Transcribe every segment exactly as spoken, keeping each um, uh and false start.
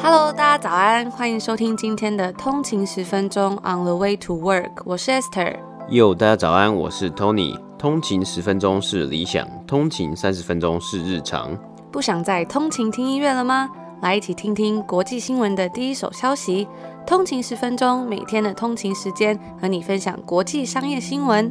Hello， 大家早安，欢迎收听今天的通勤十分钟 On the way to work， 我是 Esther。 哟，大家早安，我是 Tony。通勤十分钟是理想，通勤三十分钟是日常。 不想再通勤听音乐了吗？来一起听听国际新闻的第一手消息。通勤十分钟，每天的通勤时间和你分享国际商业新闻。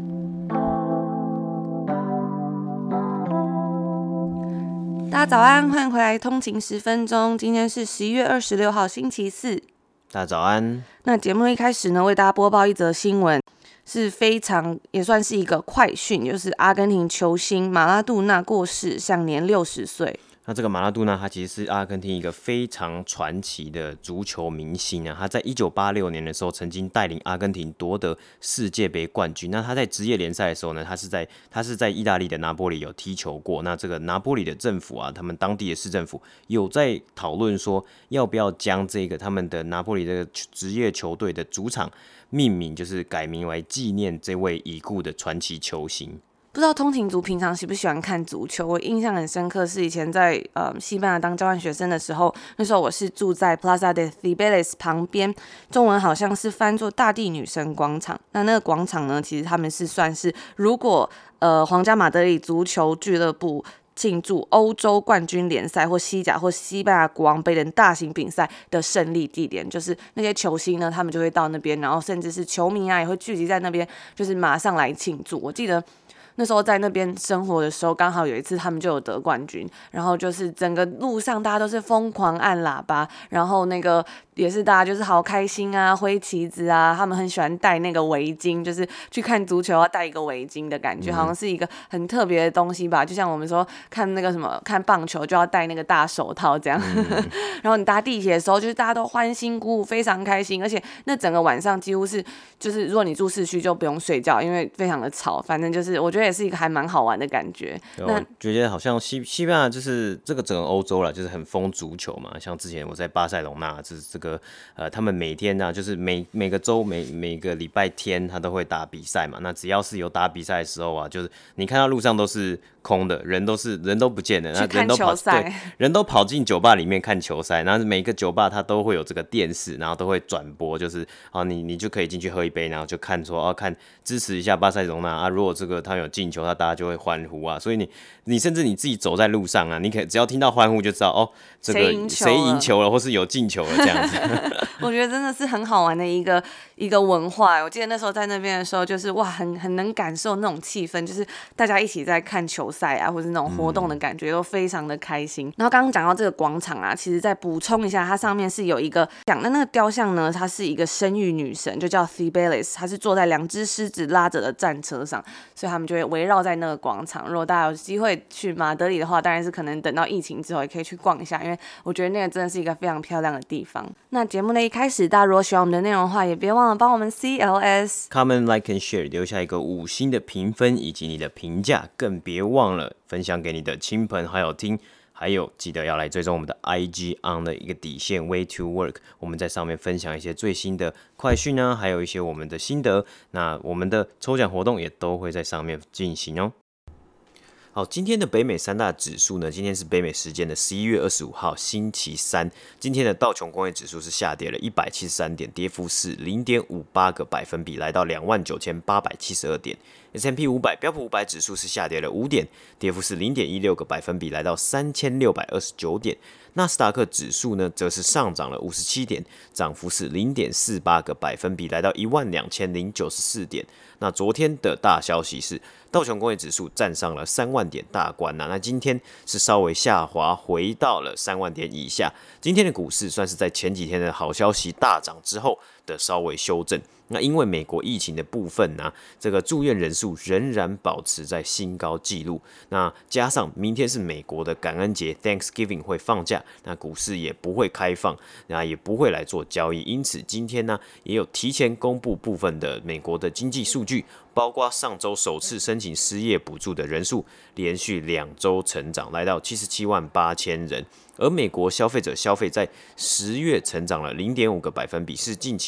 大家早安，欢迎回来通勤十分钟。今天是十一月二十六号，星期四。 大家早安。 那节目一开始呢，为大家播报一则新闻，是非常也算是一个快讯，就是阿根廷球星马拉杜纳过世，享年六十岁。 那这个马拉杜纳他其实是阿根廷一个非常传奇的足球明星啊，他在一九八六年的时候曾经带领阿根廷夺得世界杯冠军。那他在职业联赛的时候呢，他是在他是在意大利的拿波里有踢球过。那这个拿波里的政府啊，他们当地的市政府有在讨论说，要不要将这个他们的拿波里这个职业球队的主场命名，就是改名为纪念这位已故的传奇球星。 不知道通勤族平常喜不喜欢看足球？我印象很深刻，是以前在呃西班牙当交换学生的时候，那时候我是住在 Plaza de Cibeles 旁边，中文好像是翻作大地女神广场。那那个广场呢，其实他们是算是如果呃皇家马德里足球俱乐部庆祝欧洲冠军联赛或西甲或西班牙国王杯等大型比赛的胜利地点，就是那些球星呢，他们就会到那边，然后甚至是球迷啊也会聚集在那边，就是马上来庆祝。我记得那时候在那边生活的时候，刚好有一次他们就有得冠军，然后就是整个路上大家都是疯狂按喇叭，然后那个也是大家就是好开心啊，挥旗子啊，他们很喜欢戴那个围巾，就是去看足球要戴一个围巾的感觉，好像是一个很特别的东西吧，就像我们说看那个什么看棒球就要戴那个大手套这样。然后你搭地铁的时候，就是大家都欢欣鼓舞，非常开心，而且那整个晚上几乎是就是如果你住市区就不用睡觉，因为非常的吵，反正就是我觉得也是一个还蛮好玩的感觉。 我觉得好像西西班牙就是这个整个欧洲啦，就是很疯足球嘛。像之前我在巴塞隆纳，这这个呃，他们每天啊，就是每每个周每每个礼拜天，他都会打比赛嘛。那只要是有打比赛的时候啊，就是你看到路上都是空的，人都是人都不见了， 那人都跑对，人都跑进酒吧里面看球赛。然后每个酒吧它都会有这个电视，然后都会转播，就是啊，你你就可以进去喝一杯，然后就看说哦、啊，看支持一下巴塞隆纳啊。如果这个他有进球，他大家就会欢呼啊。所以你你甚至你自己走在路上啊，你可只要听到欢呼就知道哦，这个谁赢球了，或是有进球了这样子。 我觉得真的是很好玩的一个一个文化。我记得那时候在那边的时候，就是哇，很很能感受那种气氛，就是大家一起在看球赛啊，或是那种活动的感觉，都非常的开心。然后刚刚讲到这个广场啊，其实再补充一下，它上面是有一个讲的那个雕像呢，它是一个生育女神，就叫 Cibeles， 她是坐在两只狮子拉着的战车上，所以他们就会围绕在那个广场。如果大家有机会去马德里的话，当然是可能等到疫情之后也可以去逛一下，因为我觉得那个真的是一个非常漂亮的地方。那节目的一开始，大家如果喜欢我们的内容的话，也别忘了帮我们 C L S comment like and share 留下一个五星的评分以及你的评价，更别忘了分享给你的亲朋好友听。还有记得要来追踪我们的 I G on 的一个底线 way to work， 我们在上面分享一些最新的快讯啊，还有一些我们的心得。那我们的抽奖活动也都会在上面进行哦。好，今天的北美三大指数呢，今天是北美时间的十一月二十五号星期三。今天的道琼工业指数是下跌了一百七十三点，跌幅是 零点五八个百分比，来到两万九千八百七十二点。S and P 五百 标普五百指数是下跌了五点，跌幅是 零点一六个百分比，来到三千六百二十九点。纳斯达克指数呢，则是上涨了五十七点，涨幅是 零点四八个百分比，来到一万两千零九十四点。那昨天的大消息是，道琼工业指数站上了三万点大关啊，那今天是稍微下滑，回到了三万点以下。今天的股市算是在前几天的好消息大涨之后的稍微修正。那因为美国疫情的部分呢、啊，这个住院人数仍然保持在新高纪录。那加上明天是美国的感恩节 Thanksgiving 会放假，那股市也不会开放，那也不会来做交易。因此今天呢，也有提前公布部分的美国的经济数据，包括上周首次申请失业补助的人数连续两周成长，来到七十七万八千人。而美国消费者消费在十月成长了 零点五个百分比，是近期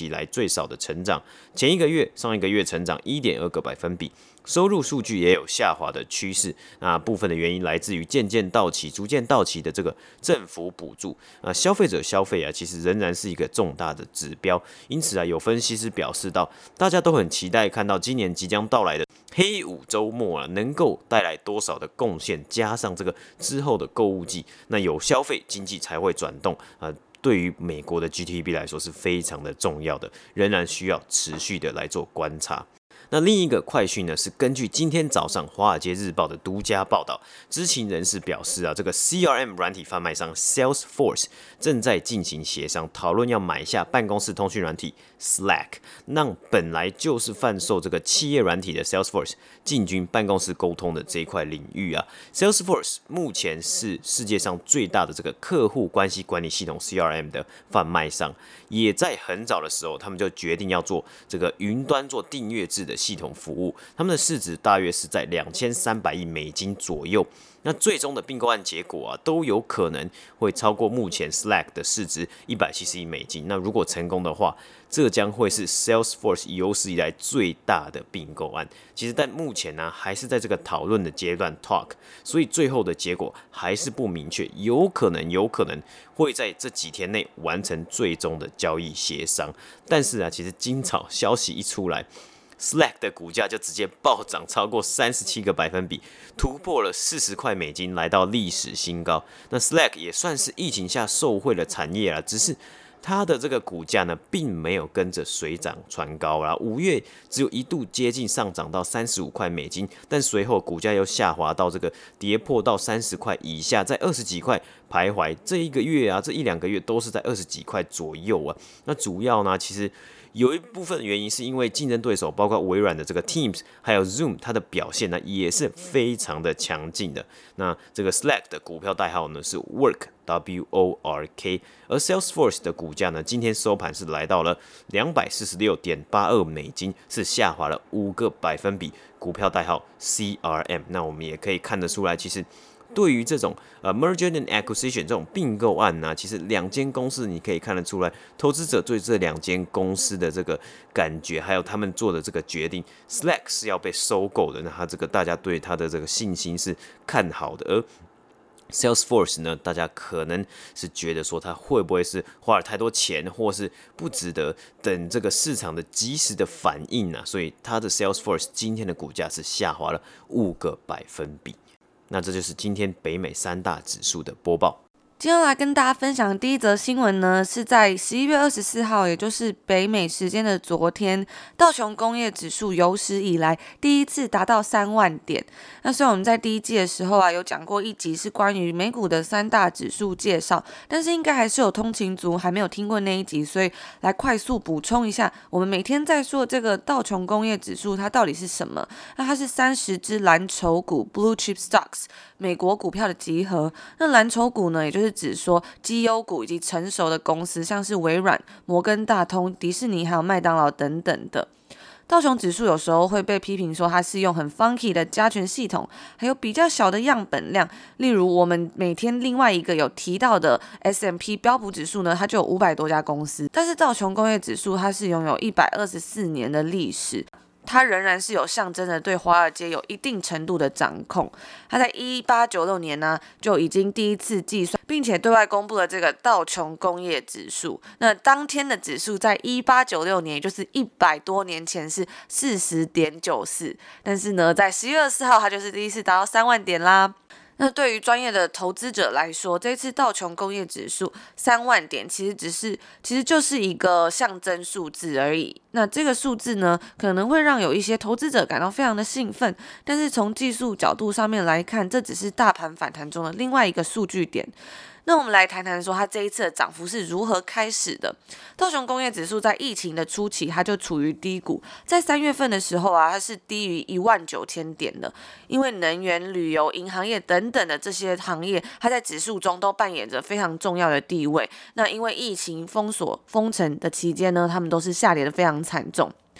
以来最少的成长，前一个月、上一个月成长 一点二 个百分比。收入数据也有下滑的趋势，那部分的原因来自于渐渐到期、逐渐到期的这个政府补助。那消费者消费啊，其实仍然是一个重大的指标。因此啊，有分析师表示到，大家都很期待看到今年即将到来的黑五周末啊，能够带来多少的贡献，加上这个之后的购物季，那有消费，经济才会转动啊。对于美国的 G D P 来说是非常的重要的，仍然需要持续的来做观察。那另一个快讯呢，是根据今天早上《华尔街日报》的独家报道，知情人士表示啊，这个 C R M 软体贩卖商 Salesforce 正在进行协商，讨论要买下办公室通讯软体 Slack， 让本来就是贩售这个企业软体的 Salesforce 进军办公室沟通的这一块领域啊。Salesforce 目前是世界上最大的这个客户关系管理系统 C R M 的贩卖商，也在很早的时候，他们就决定要做这个云端做订阅制的系统服务，他们的市值大约是在两千三百亿美金左右。那最终的并购案结果啊，都有可能会超过目前 Slack 的市值一百七十亿美金。那如果成功的话，这将会是 Salesforce 有史以来最大的并购案。其实，但目前呢、啊，还是在这个讨论的阶段 talk， 所以最后的结果还是不明确，有可能有可能会在这几天内完成最终的交易协商。但是啊，其实今早消息一出来， Slack 的股价就直接暴涨超过三十七个百分比，突破了四十块美金，来到历史新高。那 Slack 也算是疫情下受惠的产业啦，只是它的这个股价呢，并没有跟着水涨船高啦。五月只有一度接近上涨到三十五块美金，但随后股价又下滑到这个跌破到三十块以下，在二十几块徘徊。这一个月啊，这一两个月都是在二十几块左右啊。那主要呢，其实有一部分原因是因为竞争对手，包括微软的这个 Teams 还有 Zoom， 它的表现呢也是非常的强劲的。那这个 Slack 的股票代号呢是 Work W O R K， 而 Salesforce 的股价呢今天收盘是来到了两百四十六点八二美金，是下滑了五个百分比，股票代号 C R M。那我们也可以看得出来，其实对于这种呃 merger and acquisition 这种并购案呢、啊，其实两间公司你可以看得出来，投资者对这两间公司的这个感觉，还有他们做的这个决定 ，Slack 是要被收购的，那他这个大家对他的这个信心是看好的，而Salesforce 呢，大家可能是觉得说它会不会是花了太多钱，或是不值得等这个市场的及时的反应啊，所以它的 Salesforce 今天的股价是下滑了五个百分比。那这就是今天北美三大指数的播报。 今天来跟大家分享的第一则新闻呢，是在十一月二十四号，也就是北美时间的昨天，道琼工业指数有史以来第一次达到三万点。那虽然我们在第一季的时候啊，有讲过一集是关于美股的三大指数介绍，但是应该还是有通勤族还没有听过那一集，所以来快速补充一下，我们每天在说这个道琼工业指数它到底是什么？那它是三十只蓝筹股 （Blue Chip Stocks） 美国股票的集合。那蓝筹股呢，也就是指说绩优股以及成熟的公司，像是微软、摩根大通、迪士尼还有麦当劳等等的。道琼指数有时候会被批评说它是用很 funky 的加权系统，还有比较小的样本量，例如我们每天另外一个有提到的 S and P 标普指数呢，它就有五百多家公司，但是道琼工业指数它是拥有一百二十四年的历史，它仍然是有象征的对华尔街有一定程度的掌控。它在一八九六年呢就已经第一次计算，并且对外公布了这个道琼工业指数。那当天的指数在一八九六年，也就是一百多年前是 四十点九四， 但是呢，在十月二十四号它就是第一次达到三万点啦。那对于专业的投资者来说，这次道琼工业指数三万点其实只是其实就是一个象征数字而已。那这个数字呢，可能会让有一些投资者感到非常的兴奋，但是从技术角度上面来看，这只是大盘反弹中的另外一个数据点。那我们来谈谈说它这一次的涨幅是如何开始的。道琼工业指数在疫情的初期，它就处于低谷，在三月份的时候啊，它是低于一万九千点的，因为能源、旅游、银行业等等的这些行业，它在指数中都扮演着非常重要的地位。那因为疫情封锁封城的期间呢，他们都是下跌的非常惨重。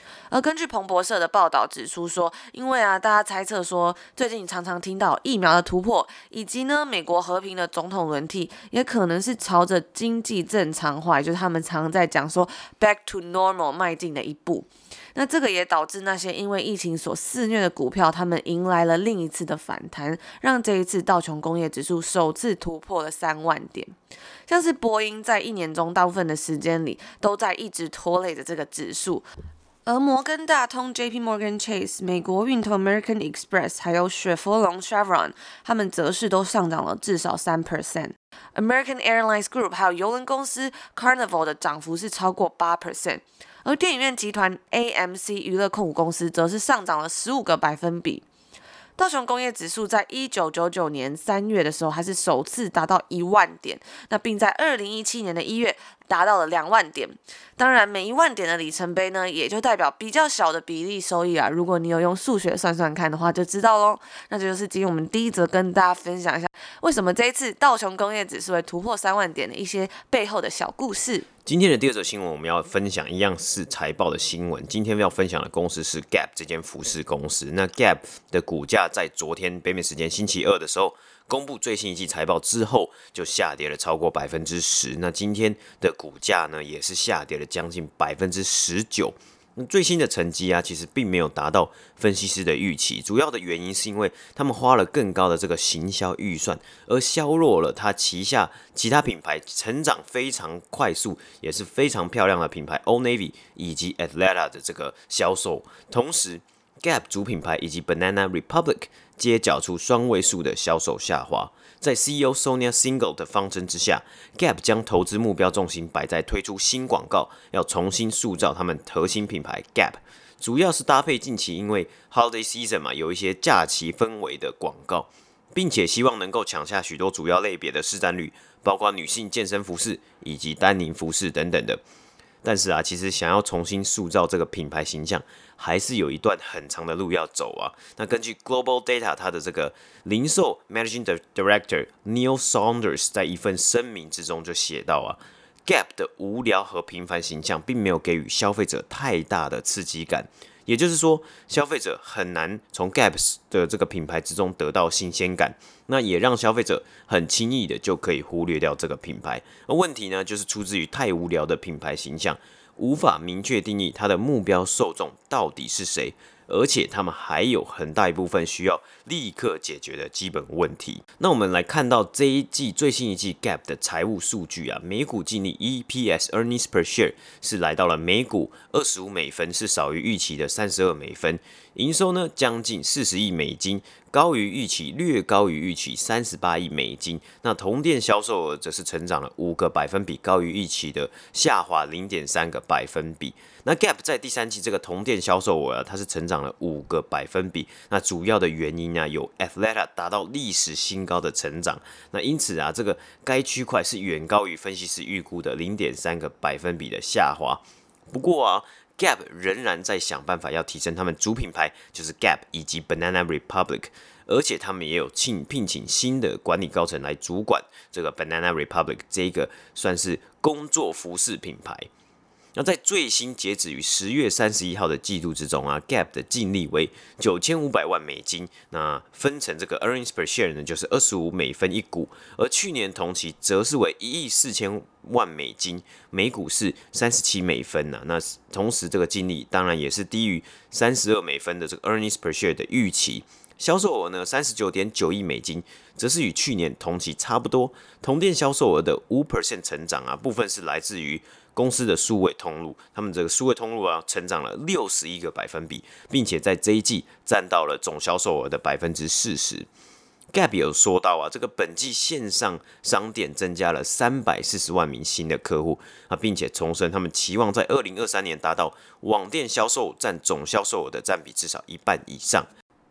而根据彭博社的报道指出说，因为啊，大家猜测说最近常常听到疫苗的突破，以及呢美国和平的总统轮替，也可能是朝着经济正常化，也就是他们常常在讲说 back to normal 迈进的一步。那这个也导致那些因为疫情所肆虐的股票，他们迎来了另一次的反弹，让这一次道琼工业指数首次突破了三万点。像是波音在一年中大部分的时间里都在一直拖累着这个指数，而摩根大通 J P Morgan Chase、美国运通 American Express 还有雪佛龙 Chevron， 他们则是都上涨了至少 百分之三。American Airlines Group 还有邮轮公司 Carnival 的涨幅是超过 百分之八， 而电影院集团 A M C 娱乐控股公司则是上涨了十五个百分比。道琼工业指数在一九九九年三月的时候，还是首次达到一万点，那并在二零一七年的一月达到了两万点。当然，每一万点的里程碑呢，也就代表比较小的比例收益啊。如果你有用数学算算看的话，就知道咯。那这就是今天我们第一则跟大家分享一下，为什么这一次道琼工业指数会突破三万点的一些背后的小故事。 今天的第二则新闻，我们要分享一样是财报的新闻。今天要分享的公司是 Gap 这间服饰公司。那 Gap 的股价在昨天北美时间星期二的时候，公布最新一季财报之后，就下跌了超过百分之十。那今天的股价呢，也是下跌了将近百分之十九。最新的成绩啊，其实并没有达到分析师的预期，主要的原因是因为他们花了更高的这个行销预算，而削弱了他旗下其他品牌成长非常快速，也是非常漂亮的品牌 Old Navy 以及 Athleta 的这个销售。同时 Gap 主品牌以及 Banana Republic 皆缴出双位数的销售下滑。在 C E O Sonia Syngal 的方针之下 ，Gap 将投资目标重心摆在推出新广告，要重新塑造他们核心品牌 Gap， 主要是搭配近期因为 Holiday Season 嘛，有一些假期氛围的广告，并且希望能够抢下许多主要类别的市占率，包括女性健身服饰以及丹宁服饰等等的。但是啊，其实想要重新塑造这个品牌形象，还是有一段很长的路要走啊。那根据 Global Data， 它的这个零售 Managing Director Neil Saunders 在一份声明之中就写到啊 ，Gap 的无聊和平凡形象并没有给予消费者太大的刺激感。也就是说，消费者很难从 Gap 的这个品牌之中得到新鲜感，那也让消费者很轻易的就可以忽略掉这个品牌。而问题呢，就是出自于太无聊的品牌形象，无法明确定义它的目标受众到底是谁，而且他们还有很大一部分需要立刻解决的基本问题。那我们来看到这一季最新一季 Gap 的财务数据啊，每股净利 E P S earnings per share 是来到了每股二十五美分，是少于预期的三十二美分。营收呢将近四十亿美金，高于预期，略高于预期三十八亿美金。那同店销售额则是成长了五个百分比，高于预期的下滑零点三个百分比。那 Gap 在第三季这个同店销售额、啊、它是成长了五个百分比。那主要的原因呢、啊，有 Athleta 达到历史新高的成长。那因此啊，这个该区块是远高于分析师预估的零点三个百分比的下滑。不过啊。Gap 仍然在想办法要提升他们主品牌，就是 Gap 以及 Banana Republic， 而且他们也有聘请新的管理高层来主管这个 Banana Republic 这个算是工作服饰品牌。那在最新截止于十月三十一号的季度之中啊 ，Gap 的净利为九千五百万美金，那分成这个 earnings per share 呢，就是二十五美分一股，而去年同期则是为一亿四千万美金，每股是三十七美分呐、啊。那同时这个净利当然也是低于三十二美分的这个 earnings per share 的预期。销售额呢，三十九点九亿美金，则是与去年同期差不多。同店销售额的 百分之五 成长啊，部分是来自于公司的数位通路，他们这个数位通路啊，成长了六十一个百分比，并且在这一季占到了总销售额的百分之四十。Gap 有说到啊，这个本季线上商店增加了三百四十万名新的客户啊，并且重申他们期望在二零二三年达到网店销售占总销售额的占比至少一半以上。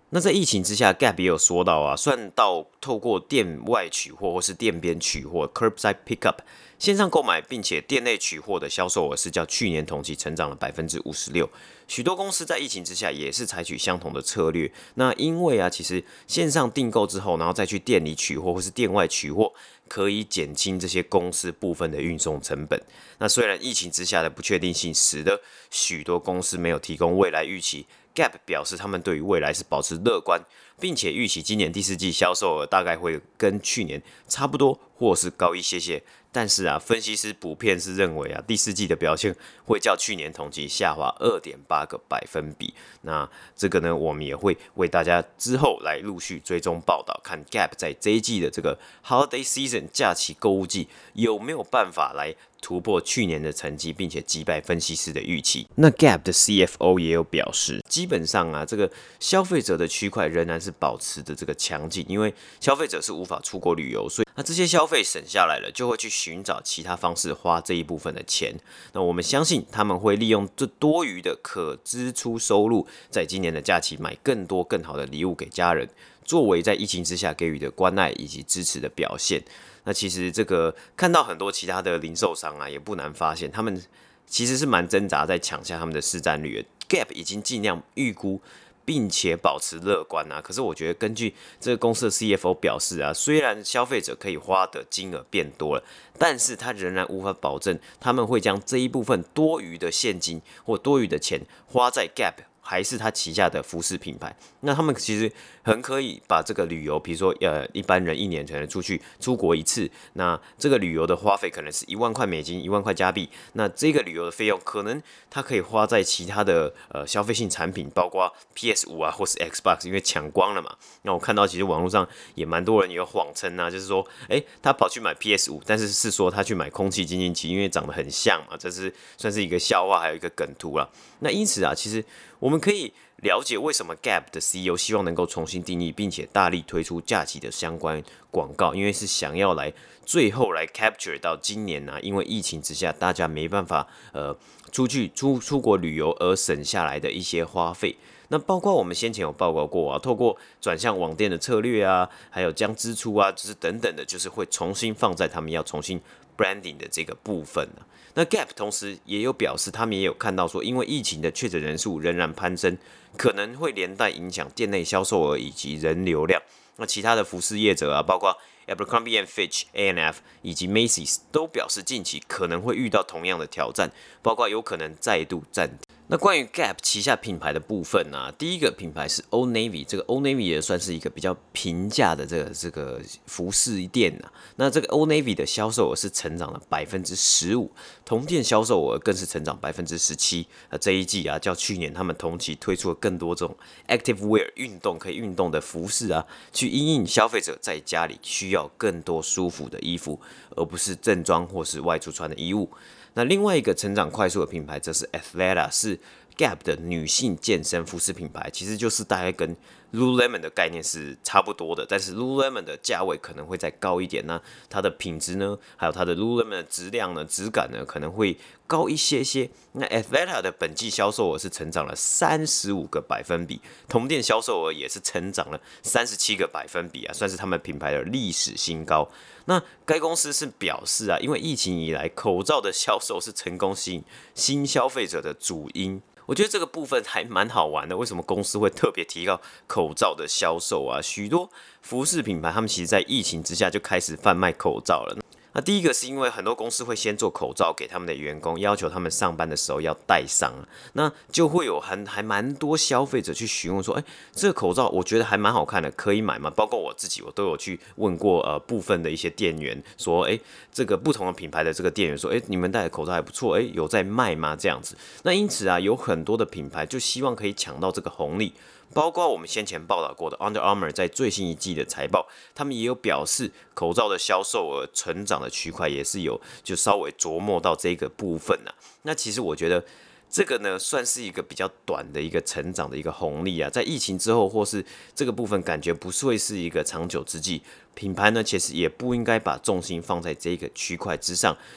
那在疫情之下 ，Gap 也有说到啊，算到透过店外取货或是店边取货 （curbside pickup） 线上购买，并且店内取货的销售额是较去年同期成长了百分之五十六。许多公司在疫情之下也是采取相同的策略。那因为啊，其实线上订购之后，然后再去店里取货或是店外取货，可以减轻这些公司部分的运送成本。那虽然疫情之下的不确定性，使得许多公司没有提供未来预期。Gap 表示，他们对于未来是保持乐观，并且预期今年第四季销售额大概会跟去年差不多，或是高一些些。但是啊，分析师普遍是认为啊，第四季的表现会较去年同期下滑 二点八个百分比。那这个呢，我们也会为大家之后来陆续追踪报道，看 Gap 在这一季的这个 Holiday Season 假期购物季有没有办法来突破去年的成绩，并且击败分析师的预期。那 Gap 的 C F O 也有表示，基本上啊，这个消费者的区块仍然是保持的这个强劲，因为消费者是无法出国旅游，所以那这些消费省下来了，就会去寻找其他方式花这一部分的钱。那我们相信他们会利用这多余的可支出收入，在今年的假期买更多更好的礼物给家人，作为在疫情之下给予的关爱以及支持的表现。那其实这个看到很多其他的零售商啊，也不难发现，他们其实是蛮挣扎在抢下他们的市占率的。Gap 已经尽量预估，并且保持乐观啊。可是我觉得根据这个公司的 C F O 表示啊，虽然消费者可以花的金额变多了，但是他仍然无法保证他们会将这一部分多余的现金或多余的钱花在 Gap。还是他旗下的服饰品牌，那他们其实很可以把这个旅游，比如说呃，一般人一年可能出去出国一次，那这个旅游的花费可能是一万块美金，一万块加币，那这个旅游的费用可能他可以花在其他的呃消费性产品，包括 P S 五 啊，或是 Xbox， 因为抢光了嘛。那我看到其实网络上也蛮多人有谎称啊，就是说，哎、欸，他跑去买 P S 五，但是是说他去买空气净化器，因为长得很像嘛，这是算是一个笑话，还有一个梗图啦。那因此啊，其实我们可以了解为什么 Gap 的 C E O 希望能够重新定义，并且大力推出假期的相关广告，因为是想要来最后来 capture 到今年啊，因为疫情之下大家没办法呃出去出出国旅游而省下来的一些花费。那包括我们先前有报告过啊，透过转向网店的策略啊，还有将支出啊，就是等等的，就是会重新放在他们要重新 branding 的这个部分啊。那 Gap 同时也有表示，他们也有看到说，因为疫情的确诊人数仍然攀升，可能会连带影响店内销售额以及人流量。那其他的服饰业者啊，包括 Abercrombie and Fitch、A and F 以及 Macy's 都表示近期可能会遇到同样的挑战，包括有可能再度暂停。那关于 Gap 旗下品牌的部分啊，第一个品牌是 Old Navy， 这个 Old Navy 也算是一个比较平价的这个这个服饰店啊。那这个 Old Navy 的销售额是成长了百分之十五，同店销售额更是成长百分之十七。那这一季啊，较去年他们同期推出了更多这种 active wear 运动可以运动的服饰啊，去因应消费者在家里需要更多舒服的衣服，而不是正装或是外出穿的衣物。那另外一个成长快速的品牌则是 Athleta， 是 Gap 的女性健身服饰品牌，其实就是大概跟 Lululemon 的概念是差不多的，但是 Lululemon 的价位可能会再高一点，那它的品质呢，还有它的 Lululemon 的质量呢、质感呢，可能会高一些些。那 Athleta 的本季销售额是成长了三十五个百分比，同店销售额也是成长了三十七个百分比啊，算是他们品牌的历史新高。那该公司是表示啊，因为疫情以来，口罩的销售是成功吸引新消费者的主因。我觉得这个部分还蛮好玩的，为什么公司会特别提高口罩的销售啊？许多服饰品牌他们其实在疫情之下就开始贩卖口罩了。那第一个是因为很多公司会先做口罩给他们的员工，要求他们上班的时候要戴上，那就会有还还蛮多消费者去询问说，哎、欸，这个口罩我觉得还蛮好看的，可以买吗？包括我自己，我都有去问过呃部分的一些店员说，哎、欸，这个不同的品牌的这个店员说，哎、欸，你们戴的口罩还不错，哎、欸，有在卖吗？这样子，那因此啊，有很多的品牌就希望可以抢到这个红利。包括我们先前报道过的 Under Armour 在最新一季的财报，他们也有表示口罩的销售额成长的区块也是有就稍微琢磨到这个部分啊。那其实我觉得这个呢算是一个比较短的一个成长的一个红利啊，在疫情之后或是这个部分感觉不是会是一个长久之计，品牌呢其实也不应该把重心放在这个区块之上。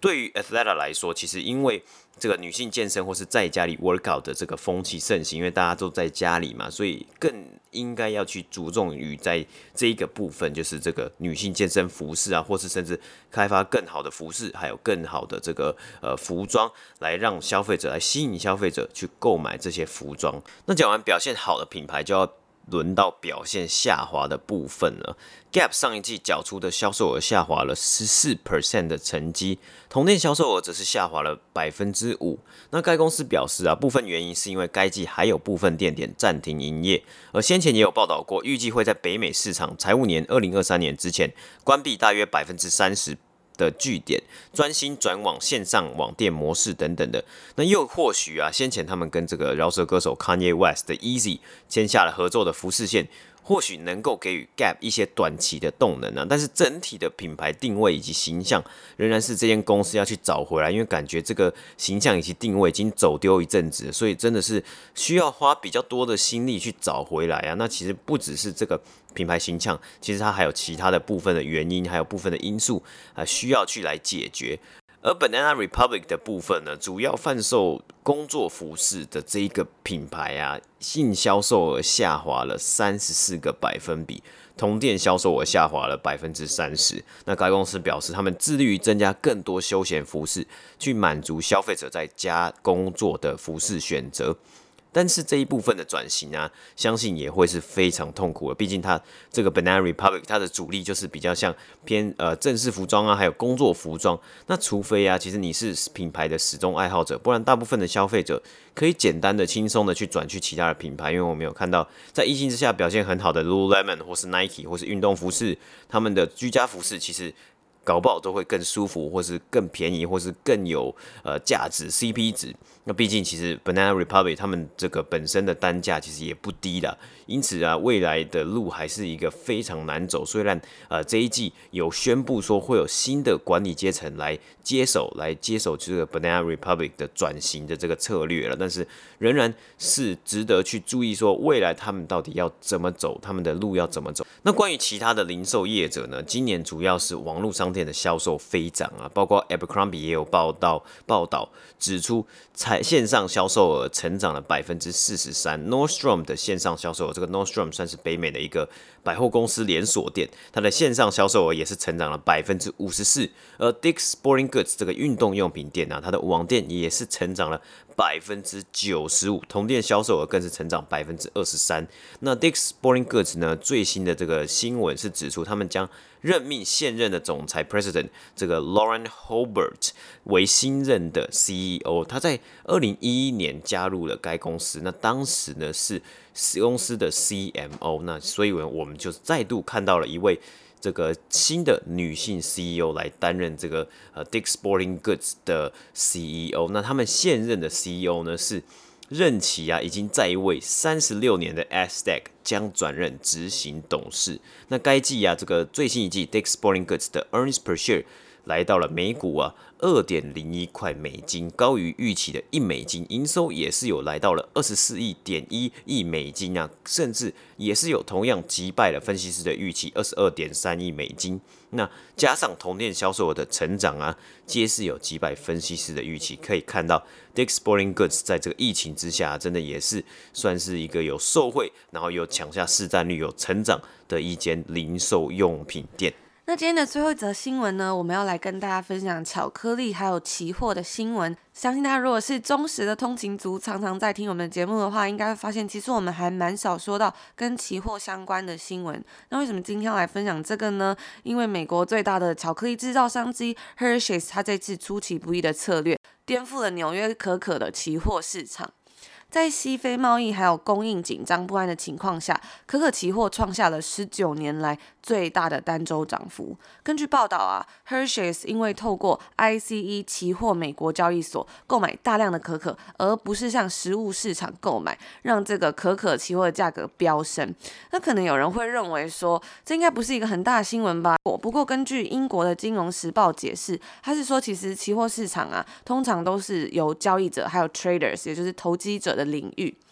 对于 Athleta 来说，其实因为这个女性健身或是在家里 workout 的这个风气盛行，因为大家都在家里嘛，所以更应该要去注重于在这一个部分，就是这个女性健身服饰啊，或是甚至开发更好的服饰，还有更好的这个呃服装，来让消费者来吸引消费者去购买这些服装。那讲完表现好的品牌，就要轮到表现下滑的部分了。Gap 上一季缴出的销售额下滑了 百分之十四 的成绩，同店销售额则是下滑了 百分之五。那该公司表示啊，部分原因是因为该季还有部分店点暂停营业，而先前也有报道过，预计会在北美市场财务年二零二三年之前关闭大约 百分之三十的据点，专心转往线上网店模式等等的。那又或许啊，先前他们跟这个饶舌歌手 Kanye West 的 Easy 签下了合作的服饰线，或许能够给予 Gap 一些短期的动能啊，但是整体的品牌定位以及形象仍然是这间公司要去找回来，因为感觉这个形象以及定位已经走丢一阵子，所以真的是需要花比较多的心力去找回来啊。那其实不只是这个品牌形象，其实它还有其他的部分的原因，还有部分的因素啊，需要去来解决。而 Banana Republic 的部分呢，主要贩售工作服饰的这一个品牌啊，净销售额下滑了三十四个百分比，同店销售额下滑了 百分之三十。那该公司表示，他们致力于增加更多休闲服饰，去满足消费者在家工作的服饰选择。但是这一部分的转型啊，相信也会是非常痛苦的。毕竟它这个 Banana Republic 它的主力就是比较像偏呃正式服装啊，还有工作服装。那除非啊，其实你是品牌的始终爱好者，不然大部分的消费者可以简单的、轻松的去转去其他的品牌。因为我们有看到在疫情之下表现很好的 Lululemon 或是 Nike 或是运动服饰，他们的居家服饰其实搞不好都会更舒服，或是更便宜，或是更有呃价值 C P 值。那毕竟其实 Banana Republic 他们这个本身的单价其实也不低啦，因此啊，未来的路还是一个非常难走。虽然呃这一季有宣布说会有新的管理阶层来接手，来接手这个 Banana Republic 的转型的这个策略了，但是仍然是值得去注意说未来他们到底要怎么走，他们的路要怎么走。那关于其他的零售业者呢，今年主要是网络商店的销售飞涨啊，包括 Abercrombie 也有报道报道指出，线上销售额成长了 百分之四十三。Nordstrom 的线上销售额，这个 Nordstrom 算是北美的一个百货公司连锁店，它的线上销售额也是成长了 百分之五十四。而 Dick's Sporting Goods 这个运动用品店啊，它的网店也是成长了 百分之九十五， 同店销售额更是成长 百分之二十三。那 Dick's Sporting Goods 呢，最新的这个新闻是指出，他们将任命现任的总裁 President 这个 Lauren Hobart 为新任的 C E O。 他在二零一一年加入了该公司，那当时呢是公司的 C M O。 那所以我们就再度看到了一位这个新的女性 C E O 来担任这个呃 Dick's Sporting Goods 的 C E O。 那他们现任的 C E O 呢是任期啊已经在位三十六年的 Aztec 将转任执行董事。那该季啊这个最新一季 Dick's Sporting Goods 的 earnings per share 来到了每股啊 二点零一块美金，高于预期的一美金，营收也是有来到了二十四点一亿美金啊，甚至也是有同样击败了分析师的预期二十二点三亿美金。那加上同店销售额的成长啊，皆是有击败分析师的预期。可以看到 Dick's Sporting Goods 在这个疫情之下，真的也是算是一个有受惠，然后有抢下市占率、有成长的一间零售用品店。 那今天的最后一则新闻呢，我们要来跟大家分享巧克力还有期货的新闻。相信大家如果是忠实的通勤族，常常在听我们的节目的话，应该会发现其实我们还蛮少说到跟期货相关的新闻。那为什么今天要来分享这个呢？因为美国最大的巧克力制造商之一 Hershey's 它这次出其不意的策略，颠覆了纽约可可的期货市场。在西非贸易还有供应紧张不安的情况下，可可期货创下了十九年来最大的单周涨幅。根据报道啊 ，Hershey's 因为透过 I C E 期货美国交易所购买大量的可可，而不是向实物市场购买，让这个可可期货的价格飙升。那可能有人会认为说，这应该不是一个很大的新闻吧？不过根据英国的《金融时报》解释，他是说其实期货市场啊，通常都是由交易者还有 traders， 也就是投机者的领域。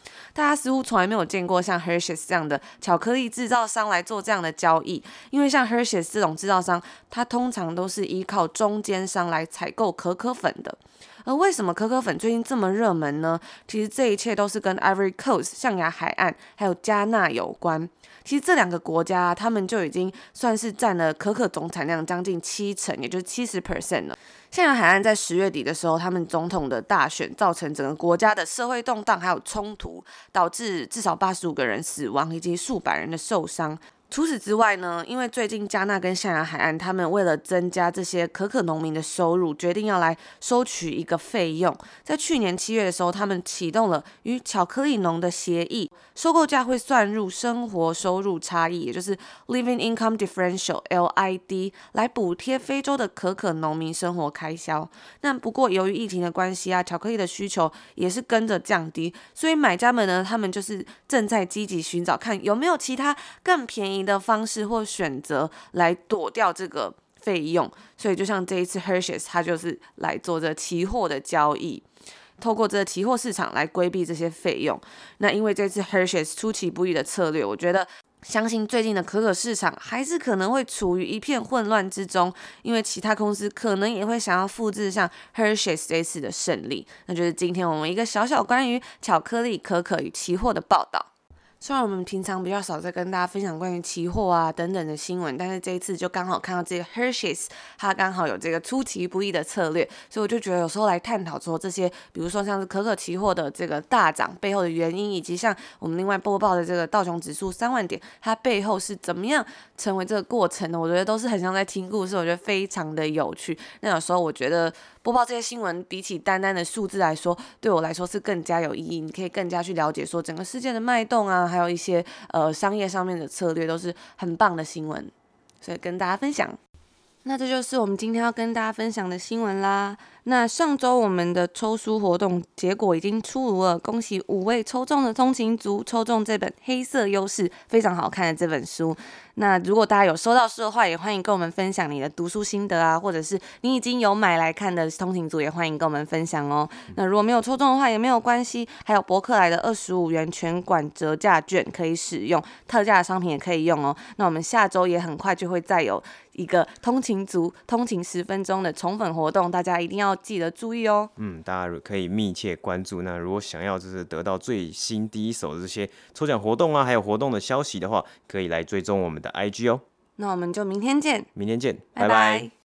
大家似乎从来没有见过像 Hershey's 这样的巧克力制造商来做这样的交易，因为像 Hershey's 这种制造商，它通常都是依靠中间商来采购可可粉的。而为什么可可粉最近这么热门呢？其实这一切都是跟 Ivory Coast 象牙海岸还有加纳有关。其实这两个国家、啊、他们就已经算是占了可可总产量将近七成，也就是 百分之七十 了。象牙海岸在十月底的时候，他们总统的大选造成整个国家的社会动荡还有冲突，导致至少八十五个人死亡以及数百人的受伤。除此之外呢，因为最近加纳跟象牙海岸他们为了增加这些可可农民的收入，决定要来收取一个费用。在去年七月的时候，他们启动了与巧克力农的协议，收购价会算入生活收入差异，也就是 Living Income Differential L I D， 来补贴非洲的可可农民生活开销。那不过由于疫情的关系啊，巧克力的需求也是跟着降低，所以买家们呢，他们就是正在积极寻找看有没有其他更便宜的方式或选择来躲掉这个费用。所以就像这一次 Hershey's 它就是来做这期货的交易，透过这个期货市场来规避这些费用。那因为这次 Hershey's 出其不意的策略，我觉得相信最近的可可市场还是可能会处于一片混乱之中，因为其他公司可能也会想要复制像 Hershey's 这次的胜利。那就是今天我们一个小小关于巧克力、可可与期货的报道。虽然我们平常比较少在跟大家分享关于期货啊等等的新闻，但是这一次就刚好看到这个 Hershey's 它刚好有这个出其不意的策略，所以我就觉得有时候来探讨说这些，比如说像是可可期货的这个大涨背后的原因，以及像我们另外播报的这个道琼指数三万点，它背后是怎么样成为这个过程的，我觉得都是很像在听故事，我觉得非常的有趣。那有时候我觉得播报这些新闻比起单单的数字来说，对我来说是更加有意义，你可以更加去了解说整个事件的脉动啊，还有一些呃商业上面的策略，都是很棒的新闻，所以跟大家分享。那这就是我们今天要跟大家分享的新闻啦。那上周我们的抽书活动结果已经出炉了，恭喜五位抽中的通勤族抽中这本《黑色优势》，非常好看的这本书。那如果大家有收到书的话，也欢迎跟我们分享你的读书心得啊，或者是你已经有买来看的通勤族，也欢迎跟我们分享哦。那如果没有抽中的话也没有关系，还有博客来的二十五元全馆折价券可以使用，特价的商品也可以用哦。那我们下周也很快就会再有一个通勤族通勤十分钟的宠粉活动，大家一定要记得注意哦。 嗯，大家可以密切关注。那如果想要就是得到最新第一手的这些抽奖活动啊，还有活动的消息的话，可以来追踪我们的 I G 哦。 那我们就明天见， 明天见， 拜拜。 拜拜。